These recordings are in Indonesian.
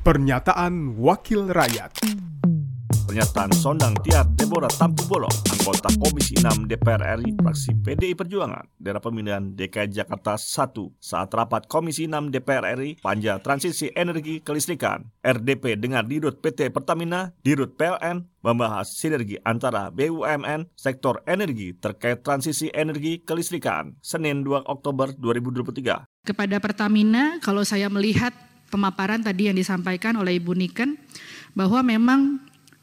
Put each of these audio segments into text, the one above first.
Pernyataan Wakil Rakyat. Pernyataan Sondang Tiar Deborah Tampu Bolon, anggota Komisi 6 DPR RI, fraksi PDI Perjuangan, daerah pemilihan DKI Jakarta 1, saat rapat Komisi 6 DPR RI, Panja Transisi Energi Kelistrikan, RDP dengan Dirut PT Pertamina, Dirut PLN, membahas sinergi antara BUMN, sektor energi terkait transisi energi kelistrikan, Senin 2 Oktober 2023. Kepada Pertamina, kalau saya melihat pemaparan tadi yang disampaikan oleh Ibu Niken, bahwa memang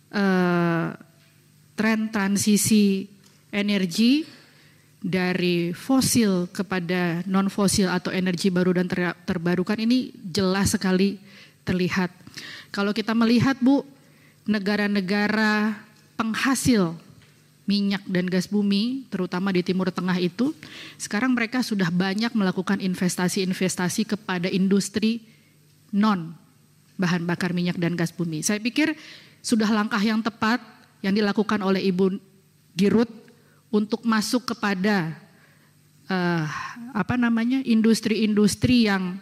tren transisi energi dari fosil kepada non-fosil atau energi baru dan terbarukan ini jelas sekali terlihat. Kalau kita melihat, Bu, negara-negara penghasil minyak dan gas bumi, terutama di Timur Tengah itu, sekarang mereka sudah banyak melakukan investasi-investasi kepada industri non bahan bakar minyak dan gas bumi. Saya pikir sudah langkah yang tepat yang dilakukan oleh Ibu Dirut untuk masuk kepada industri-industri yang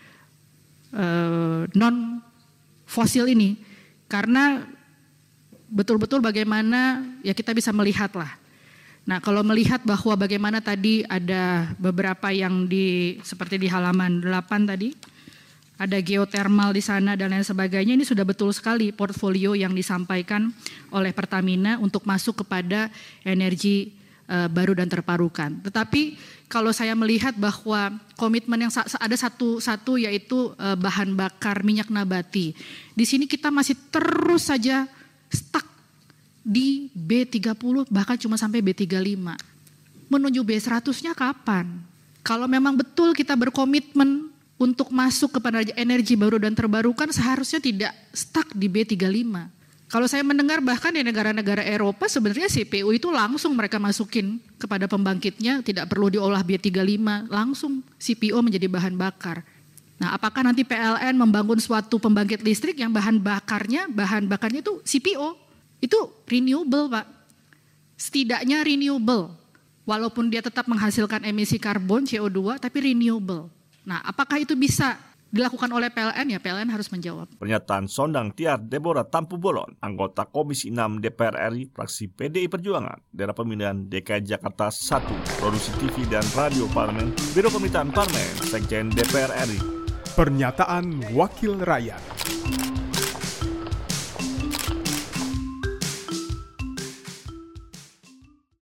non fosil ini, karena betul-betul bagaimana ya kita bisa melihat lah. Nah, kalau melihat bahwa bagaimana tadi ada beberapa yang seperti di halaman 8 tadi, ada geothermal di sana dan lain sebagainya, ini sudah betul sekali portfolio yang disampaikan oleh Pertamina untuk masuk kepada energi baru dan terbarukan. Tetapi kalau saya melihat bahwa komitmen yang ada satu yaitu bahan bakar minyak nabati. Di sini kita masih terus saja stuck di B30, bahkan cuma sampai B35. Menuju B100-nya kapan? Kalau memang betul kita berkomitmen untuk masuk kepada energi baru dan terbarukan, seharusnya tidak stuck di B35. Kalau saya mendengar bahkan di negara-negara Eropa sebenarnya CPO itu langsung mereka masukin kepada pembangkitnya, tidak perlu diolah B35, langsung CPO menjadi bahan bakar. Nah, apakah nanti PLN membangun suatu pembangkit listrik yang bahan bakarnya itu CPO? Itu renewable, Pak. Setidaknya renewable. Walaupun dia tetap menghasilkan emisi karbon CO2, tapi renewable. Nah, apakah itu bisa dilakukan oleh PLN? Ya, PLN harus menjawab. Pernyataan Sondang Tiar Deborah Tampu Bolon, anggota Komisi 6 DPR RI, fraksi PDI Perjuangan, daerah pemilihan DKI Jakarta 1, produksi TV dan radio Parlemen, Biro Pemerintahan Parlemen, Sekjen DPR RI. Pernyataan Wakil Rakyat.